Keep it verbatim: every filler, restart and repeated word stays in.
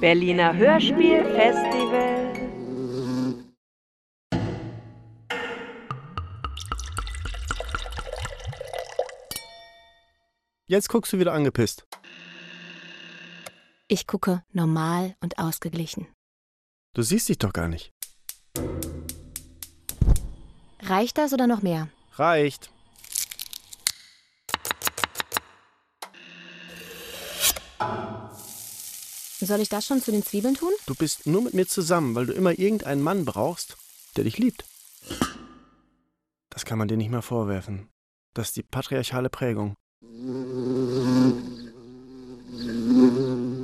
Berliner Hörspielfestival. Jetzt guckst du wieder angepisst. Ich gucke normal und ausgeglichen. Du siehst dich doch gar nicht. Reicht das oder noch mehr? Reicht. Soll ich das schon zu den Zwiebeln tun? Du bist nur mit mir zusammen, weil du immer irgendeinen Mann brauchst, der dich liebt. Das kann man dir nicht mehr vorwerfen. Das ist die patriarchale Prägung.